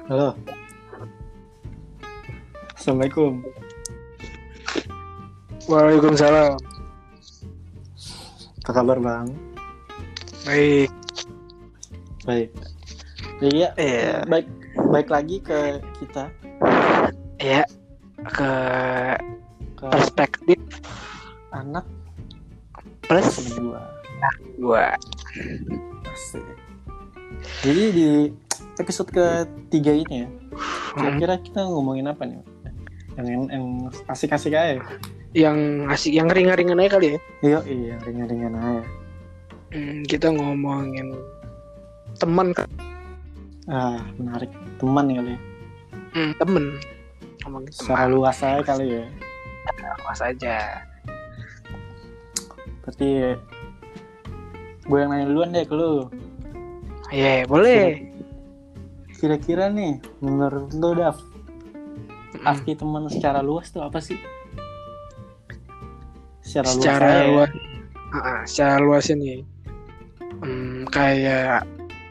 Halo, Assalamualaikum. Waalaikumsalam. Apa kabar Bang? Baik. Baik. Jadi ya, Iya. baik lagi ke kita, Ya, ke ke perspektif anak plus kedua. gua. Asik. Jadi di episode ketiga ini ya, kira-kira kita ngomongin apa nih? Yang asik-asik aja. Yang asik, yang ringan-ringan aja kali ya. Iya, ringan-ringan aja. Kita ngomongin teman Menarik. Teman kali ya. temen. Ngomongin Secara teman. luas aja kali ya. Luas aja. Berarti gue yang nanya duluan deh ke lu. Iya, boleh. Kira-kira nih, menurut lu Dav, arti teman secara luas tuh apa sih? Secara luas. Secara luas ini. Kayak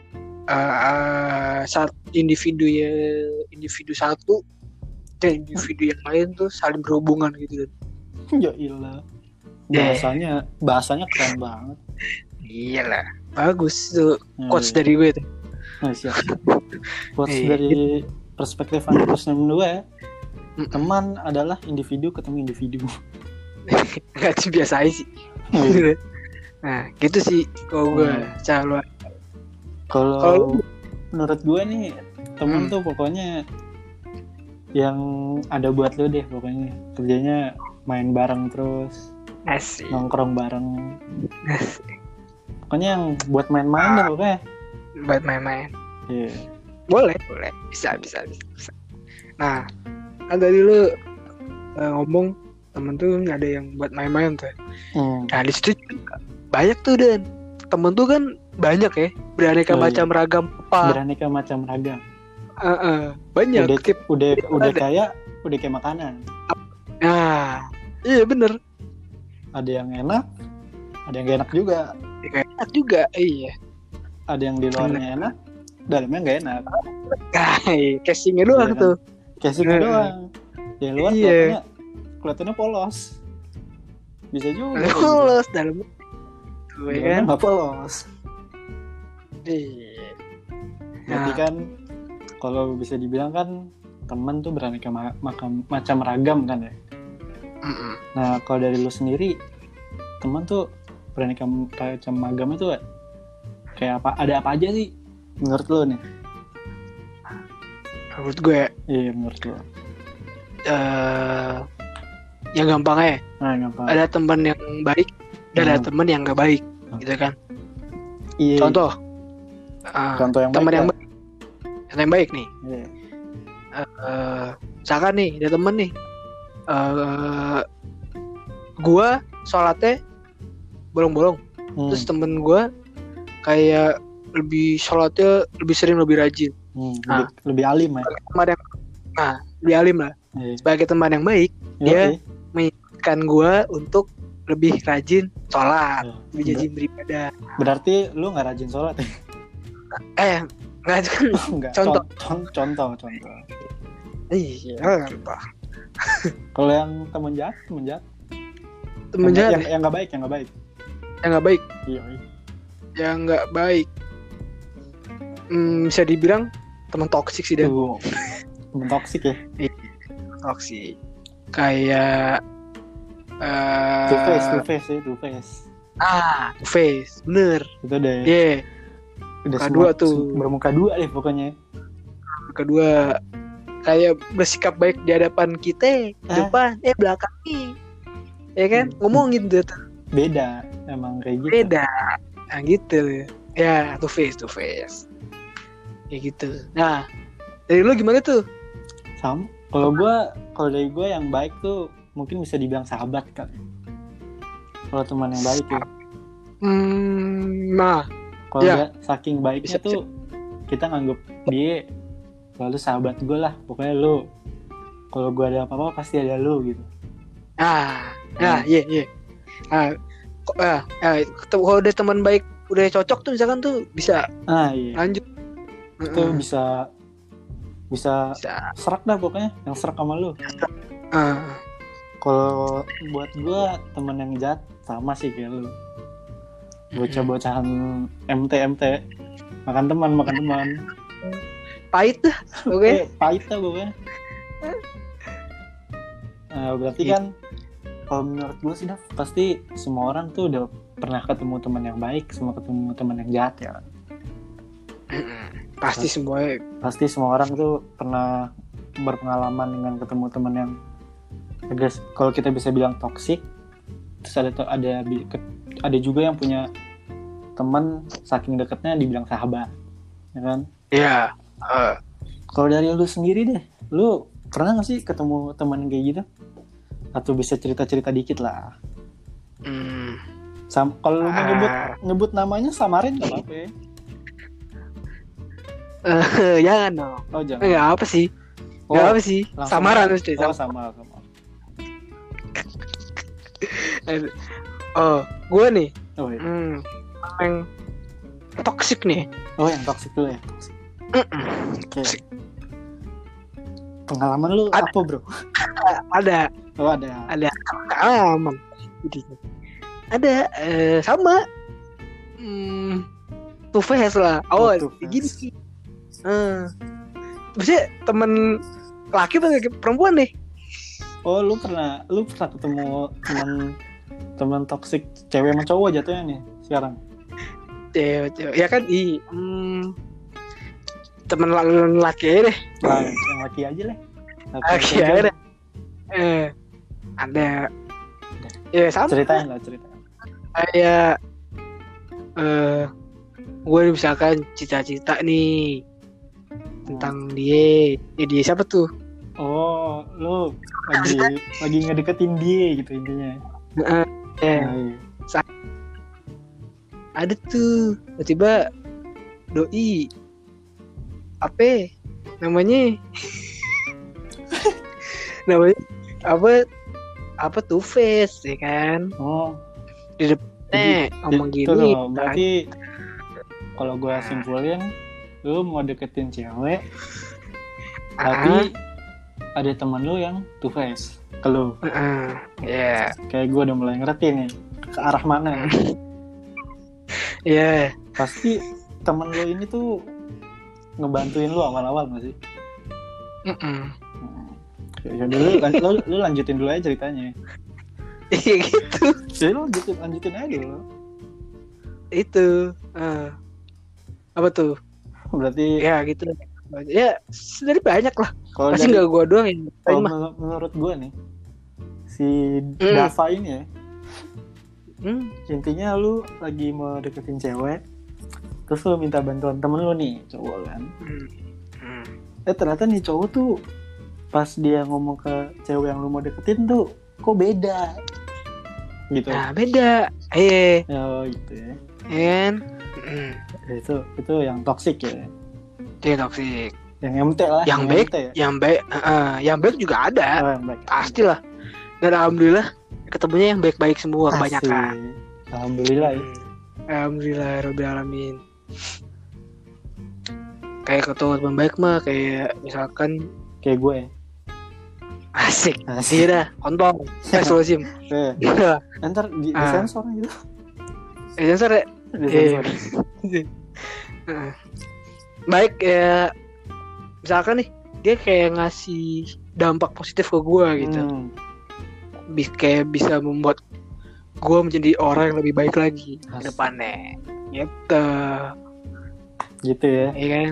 saat individu satu dan individu yang lain tuh saling berhubungan gitu. Ya ilah. Bahasanya keren banget. Iyalah, bagus tuh quotes dari gue tuh. Siap. Quotes dari perspektif anak plus 62 ya. Teman adalah individu ketemu individu. Gak sih, biasa aja sih. Nah, gitu sih kalau gue cara. Kalau menurut gue nih, teman tuh pokoknya yang ada buat lo deh pokoknya. Kerjanya main bareng terus. Asik. Nongkrong bareng. Pokoknya yang buat main-main deh pokoknya. Buat main-main. Iya. Boleh. Bisa. Nah, kan tadi lu ngomong temen tuh nggak ada yang buat main-main tuh. Nah, di situ banyak tuh, Dan. Temen tuh kan banyak ya, beraneka macam ragam. Beraneka macam ragam. Banyak. Udah kayak makanan. Nah, iya bener. Ada yang enak, ada yang gak enak juga. Enak juga, iya. Ada yang di luarnya enak, dalamnya gak enak. Casingnya doang kan? tuh. Casingnya doang. Yang luar kelihatannya polos. Bisa juga. Polos dalamnya. Dalamnya nggak polos. Iya. Berarti kan, kalau bisa dibilang kan teman tuh beraneka macam ragam kan ya. Nah, kalau dari lu sendiri, teman tuh beraneka macam ragam itu kayak apa? Ada apa aja sih menurut lu nih? Menurut gue Iya, menurut lu. Yang gampang ya. Gampang. Ada teman yang baik dan ada teman yang gak baik, gitu kan? Iya. Contoh yang teman yang baik. Yang baik nih. Iya. Misalkan nih, ada temen nih. Gua sholatnya bolong-bolong. Terus temen gua kayak sholatnya lebih sering, lebih rajin. Lebih alim ya. Lebih alim lah. Sebagai teman yang baik, dia mengingatkan gua untuk lebih rajin sholat, lebih rajin beribadah. Berarti lu nggak rajin sholat ya? Nggak. Contoh. Iya. Kalau yang temen jahat, yang nggak baik. Iya. Yang nggak baik. Bisa dibilang teman toksik sih, Dan. Temen toksik ya? Toksik. Kayak two face. Two face, bener. Itu deh. Iya. Udah kedua tuh. Bermuka dua deh pokoknya. Kedua kayak bersikap baik di hadapan kita, depan, belakang nih. Ya kan? Ngomongin tuh. Beda, emang kayak gitu. Beda. Nah, gitu. Ya, two face. Kayak gitu. Nah, dari lu gimana tuh? Sama. Kalau dari gue yang baik tuh mungkin bisa dibilang sahabat kan. Kalau teman yang baik ya. Nah, kalau saking baiknya tuh kita nganggep dia lalu sahabat gue lah. Pokoknya lu, kalau gue ada apa-apa pasti ada lu gitu. Iya. Kalau udah teman baik udah cocok tuh misalkan tuh bisa iya. lanjut Itu bisa bisa serak dah pokoknya, yang serak sama lu. Kalau buat gue temen yang jahat sama sih kayak lu, bocah-bocahan MT makan teman pahit dah oke. Pahit dah pokoknya. Berarti kan kalau menurut gue sih pasti semua orang tuh udah pernah ketemu teman yang baik, semua ketemu teman yang jahat ya. Pasti semua orang tuh pernah berpengalaman dengan ketemu teman yang kalau kita bisa bilang toksik. Terus ada juga yang punya teman saking dekatnya dibilang sahabat, ya kan? Iya. Kalau dari lu sendiri deh, lu pernah nggak sih ketemu teman kayak gitu? Atau bisa cerita dikit lah. Kalau lu mau nyebut namanya samarin nggak apa-apa ya? Jangan dong. Oh jangan. Nggak apa sih? Nggak apa sih? Samaran mesti. Sama. Gue nih. Oh iya. Yang toksik nih. Oh yang toksik dulu ya. Okay. Pengalaman lu apa bro? Ada. Oh ada. Ada pengalaman. Ada sama. Two face lah. Gini. Maksudnya temen laki atau perempuan nih? Oh lu pernah ketemu teman toksik cewek sama cowok jatuhnya nih sekarang? Cewek ya kan temen laki aja deh. Yang laki aja lah. Laki aja deh. Ada. Ya sama. Ceritain. Kayak gue misalkan cita-cita nih tentang dia. Dia siapa tuh? Oh, lu lagi ngedeketin dia gitu intinya. Ada tuh tiba-tiba doi apa namanya apa two face ya kan? Di depannya ngomong gini. Berarti kalau gue simpulin, lu mau deketin cewek, tapi ada teman lu yang two face ke lu. Kayak gue udah mulai ngerti nih ke arah mana. Pasti teman lu ini tuh ngebantuin lu awal-awal nggak sih? Ya dulu lu lanjutin dulu aja ceritanya. Iya gitu. Jadi lu lanjutin aja dulu. Itu apa tuh? Berarti ya gitu. Ya dari banyak lah. Pasti nggak gue doang yang menurut gue nih si Dava ini ya. Intinya lu lagi mau deketin cewek, terus lu minta bantuan temen lu nih cowok kan. Ternyata nih cowok tuh pas dia ngomong ke cewek yang lu mau deketin tuh kok beda gitu. Nah beda. Oh gitu ya. Kan? Itu yang toksik ya. Dia toksik. Yang MT lah. Yang baik, ya? Yang baik juga ada. Pastilah. Dan alhamdulillah ketemunya yang baik-baik semua kebanyakan. Alhamdulillah ya. Alhamdulillah rabbil alamin. Kayak ketemu teman baik mah kayak misalkan kayak gue. Asik. Iya dah, kontol. Resolusim. Ntar di sensor gitu. Sensor ya? Baik ya. Misalkan nih dia kayak ngasih dampak positif ke gue gitu. Kayak bisa membuat gue menjadi orang yang lebih baik lagi ke depannya. Gitu ya. Iya kan?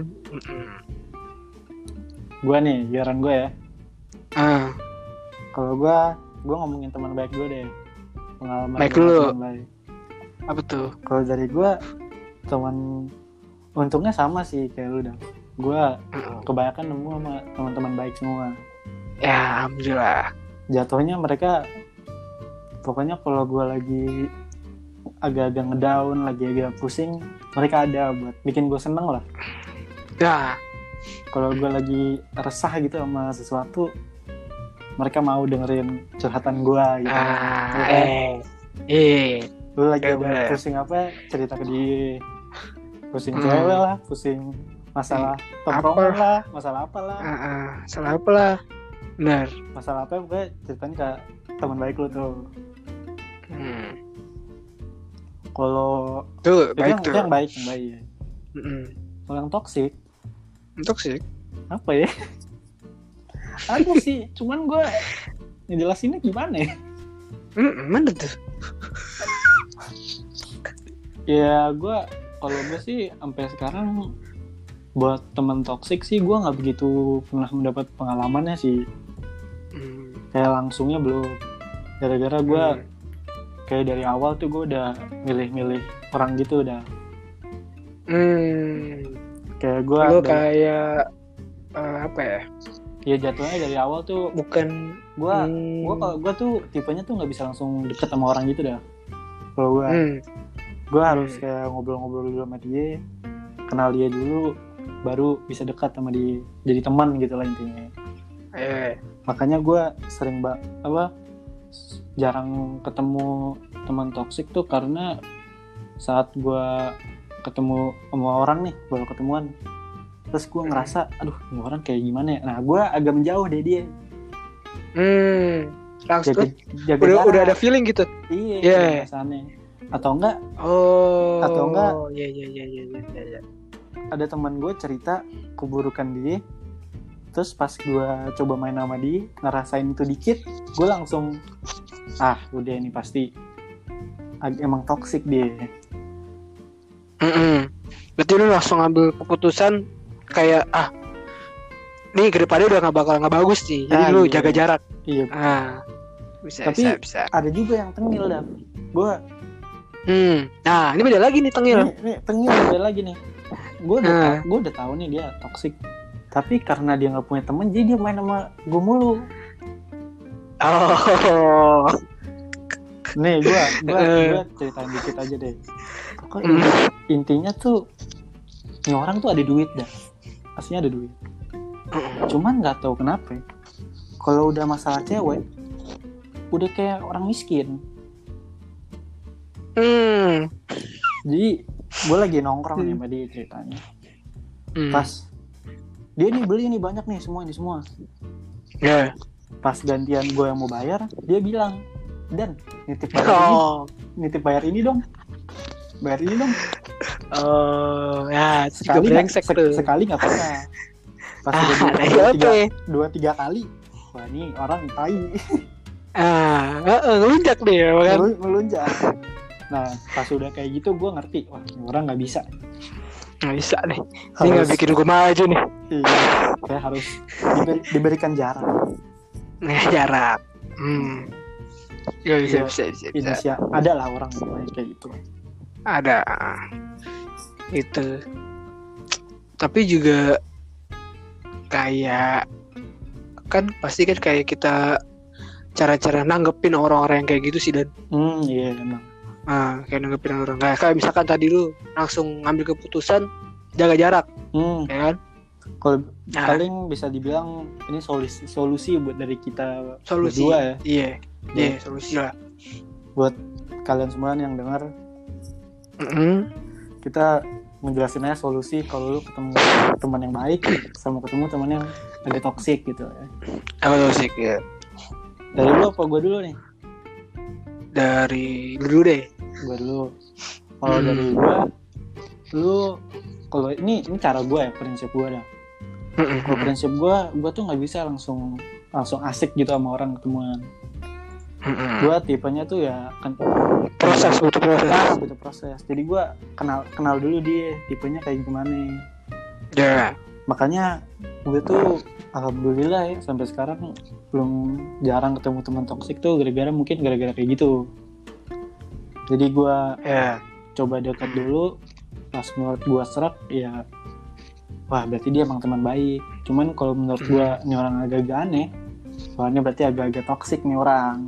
Gue nih, giliran gue ya. Kalau gue ngomongin teman baik gue deh. Pengalaman baik dulu. Apa tuh? Kalau dari gue teman untungnya sama sih kayak lu dah. Gue kebanyakan nemu sama teman-teman baik semua. Ya alhamdulillah. Jatuhnya mereka pokoknya kalau gue lagi agak-agak ngedown, lagi agak pusing, mereka ada buat bikin gue seneng lah. Ya. Kalau gue lagi resah gitu sama sesuatu, mereka mau dengerin curhatan gue gitu. Lu lagi ada pusing apa, cerita ke dia. Pusing cewek lah, pusing masalah tongkrongan lah, masalah apalah. Masalah apalah. Benar. Masalah apa gue ceritain ke teman baik lu tuh. Kalau tuh baik itu tuh. Yang baik. Kalau yang toksik apa ya? Ada sih, cuman gue ngejelasinnya gimana ya? Mana tuh? Ya gue kalau gue sih sampai sekarang buat teman toksik sih gue nggak begitu pernah mendapat pengalamannya sih. Kayak langsungnya belum. Gara-gara gue kayak dari awal tuh gue udah milih-milih orang gitu udah. Kayak gue kayak apa ya? Ya jatuhnya dari awal tuh bukan gue kalau gue tuh tipenya tuh nggak bisa langsung deket sama orang gitu dah. Kalau gue harus kayak ngobrol-ngobrol dulu sama dia, kenal dia dulu, baru bisa dekat sama dia, jadi teman gitu lah intinya. Makanya gue sering jarang ketemu teman toksik tuh karena saat gue ketemu sama orang nih, baru ketemuan, terus gue ngerasa aduh ini orang kayak gimana ya, nah gue agak menjauh deh dia. Langsung udah ada feeling gitu. Iya. Atau enggak iya. Ada teman gue cerita keburukan dia, terus pas gue coba main sama dia, ngerasain itu dikit, gue langsung udah ini pasti emang toksik dia. Berarti lu langsung ambil keputusan kayak nih ke depannya udah nggak bagus nih, jadi lu jaga jarak. Iya. Bisa. Ada juga yang tengil dah. Gue. Nah ini beda lagi nih tengil. Ini tengil beda lagi nih. Gue udah tahu nih dia toksik. Tapi karena dia nggak punya teman, jadi dia main sama gue mulu. Nih gue ceritain dikit aja deh. Pokoknya intinya tuh, ini orang tuh ada duit dah. Aslinya ada duit. Cuman nggak tahu kenapa. Kalau udah masalah cewek, udah kayak orang miskin. Jadi gue lagi nongkrong nih sama dia ceritanya. Pas dia nih beli nih banyak nih semua. Pas gantian gue yang mau bayar, dia bilang, Dan nitip bayar ini dong. Bayar ini dong. Ya sekali nggak pernah. Pas udah 2-3 kali, wah ini orang tai. Ngelunjak deh kan? Ngelunjak. Nah pas udah kayak gitu gue ngerti, wah ini orang nggak bisa nih. Ini nggak bikin gue maju nih. Iya, kayak harus diberikan jarak. Jarak. Ya bisa. Indonesia ada lah orang kayak gitu. Ada. Itu. Tapi juga kayak kan pasti kan kayak kita cara-cara nanggepin orang-orang yang kayak gitu sih Dan. Iya emang. Kayak nanggepin orang. Kayak misalkan tadi lu langsung ngambil keputusan jaga jarak, ya kan? Kalau paling bisa dibilang ini solusi buat dari kita berdua ya. Iya, solusi lah. Buat kalian semua yang dengar, kita ngejelasin aja solusi kalau lu ketemu teman yang baik sama ketemu teman yang agak toksik gitu ya. Toksik ya. Dari lu apa gue dulu nih? Dari dulu deh. Gue dulu. Kalau dari gue, lu kalau ini cara gue ya, prinsip gue dah. Kalau prinsip gue tuh nggak bisa langsung asik gitu sama orang ketemuan. Gue tipenya tuh ya kan butuh proses. Jadi gue kenal dulu dia tipenya kayak gimana. Makanya gue tuh alhamdulillah ya sampai sekarang belum jarang ketemu teman toksik tuh gara-gara kayak gitu. Jadi gue coba dekat dulu, pas menurut gue serak ya, wah berarti dia emang teman baik. Cuman kalau menurut gue ini orang agak-agak aneh, soalnya berarti agak-agak toksik nih orang.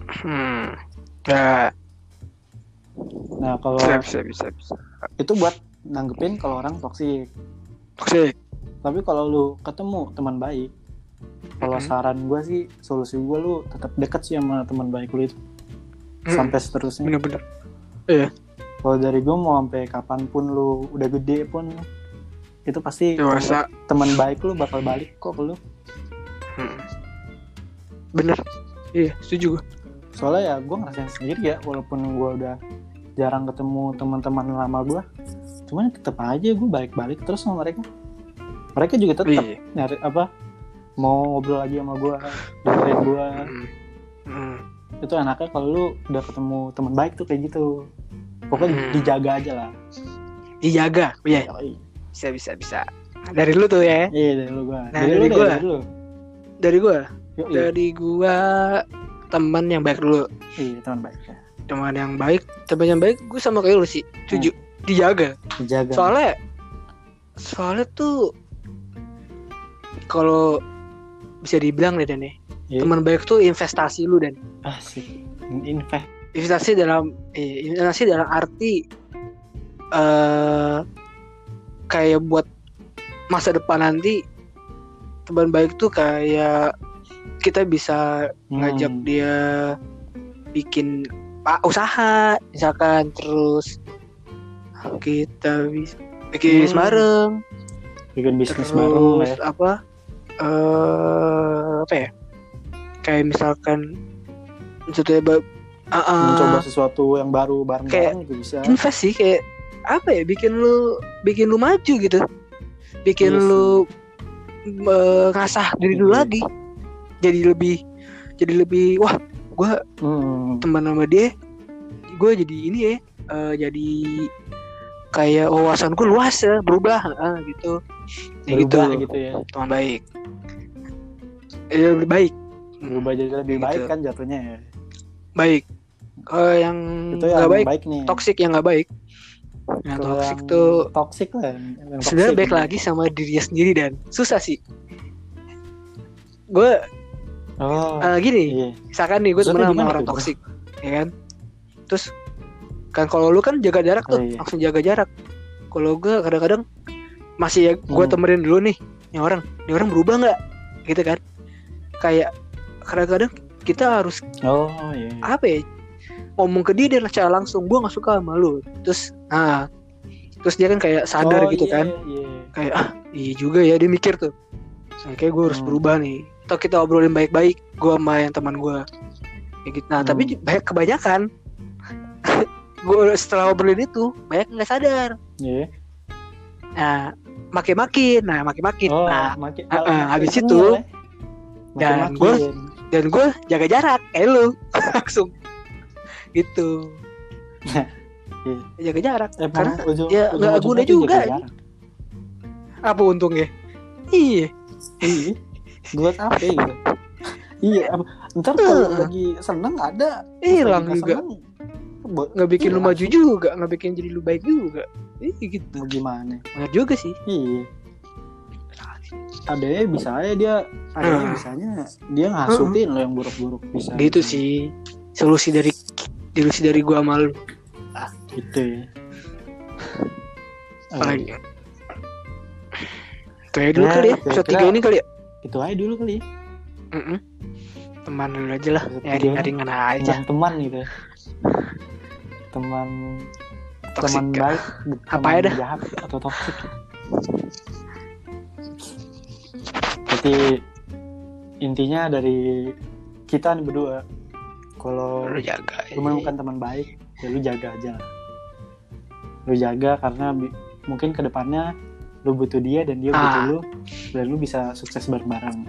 Nah kalau bisa. Itu buat nanggepin kalau orang toksik. Tapi kalau lu ketemu teman baik, kalau saran gue sih, solusi gue lu tetap dekat sih sama teman baik lu itu sampai seterusnya. Bener-bener. Iya. Kalau dari gue mau sampai kapanpun lu udah gede pun, itu pasti teman baik lu bakal balik kok ke lu. Bener, iya setuju gue. Soalnya ya gue ngerasain sendiri ya, walaupun gue udah jarang ketemu teman-teman lama gue, cuman tetap aja gue balik-balik terus sama mereka. Mereka juga tetap nyari apa, mau ngobrol lagi sama gue, dengerin gue. Itu enaknya kalau lu udah ketemu teman baik tuh kayak gitu. Pokoknya dijaga aja lah. Dijaga, iya. Bisa. Dari lu tuh ya? Iya, dari lu gue. Nah, dari gue teman yang baik dulu. Iya, teman baik. Ya. Teman yang baik gue sama kayak lu sih. Setuju. Dijaga. Soalnya tuh kalau bisa dibilang deh Dan ya. Teman baik tuh investasi lu Dan. Asik. Investasi dalam arti kayak buat masa depan nanti. Teman baik tuh kayak kita bisa ngajak dia bikin usaha misalkan, terus kita bisa bikin bisnis bareng, terus ya. Apa ya, kayak misalkan mencoba sesuatu yang baru bareng-bareng juga bisa. Invest sih, kayak apa ya, bikin lu maju gitu, bikin lu ngasah diri lu lagi, jadi lebih wah gue teman sama dia, gue jadi ini ya, jadi kayak wawasanku luas ya, berubah gitu ya. Teman baik lebih baik, berubah jadi lebih gitu. Baik kan jatuhnya ya. Baik. Yang nggak baik nih. Toksik yang nggak baik. Yang toksik tuh toksik lah. Sebenarnya baik lagi sama dirinya sendiri Dan susah sih. Gue gini, iya. Misalkan nih gue temen sama orang toksik, ya kan? Terus kan kalau lu kan jaga jarak tuh, langsung jaga jarak. Kalau gue kadang-kadang masih ya gue temenin dulu nih, ini orang berubah nggak, gitu kan? Kayak kadang-kadang kita harus apa ya, ngomong ke dia secara langsung, gue nggak suka sama lu. Terus dia kan kayak sadar gitu kan, kayak iya juga ya, dia mikir tuh, kayak gue harus berubah nih. Atau kita obrolin baik-baik, gue sama yang teman gue kayak gitu. Nah tapi kebanyakan gue setelah obrolin itu banyak nggak sadar. Nah makin. Habis itu dan gue jaga jarak kayak lu langsung gitu. Jaga jarak karena ya nggak guna juga. Apa untungnya? Iya. Buat apa gitu? Iya, ntar kalau lagi seneng ada hilang juga. Nggak bikin lu maju juga, nggak bikin jadi lu baik juga. Gitu. Mau gimana? Benar juga sih. Iya. Adanya bisa aja dia, bisanya dia ngasutin lo yang buruk-buruk bisa. Gitu sih. Solusi dari gua sama lu. Gitu ya. Apalagi. Itu aja dulu kali ya. Episode 3 ini kali ya. Itu aja dulu kali ya. Teman dulu aja lah. Ya ringan aja. Teman gitu. Teman baik, apa ya dah? Jahat atau toksik. Jadi intinya dari kita nih berdua, kalau lu menemukan teman baik, ya lu jaga aja. Lu jaga karena mungkin kedepannya lu butuh dia dan dia butuh lu, dan lu bisa sukses bareng-bareng.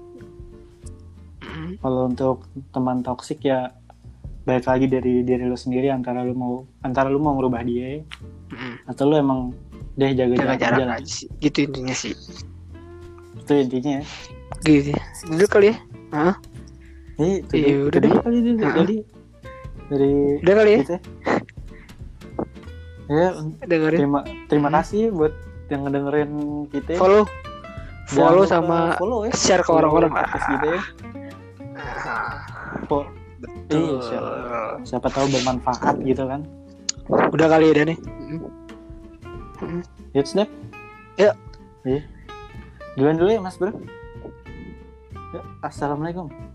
Kalau untuk teman toksik ya balik lagi dari diri lu sendiri, antara lu mau ngerubah dia atau lu emang jaga jarak aja sih. Gitu intinya sih. Itu intinya. Gitu. Dulu kali ya. Udah dulu kali ini. Jadi dari udah kali ya. Gitu ya. Ya, terima kasih buat yang ngedengerin kita. Follow sama ya. Share ke orang-orang gitu ya. Siapa tahu bermanfaat gitu kan. Udah kali ya nih. Yuk snap. Yuk. Duluan dulu ya Mas Bro. Yuk, assalamualaikum.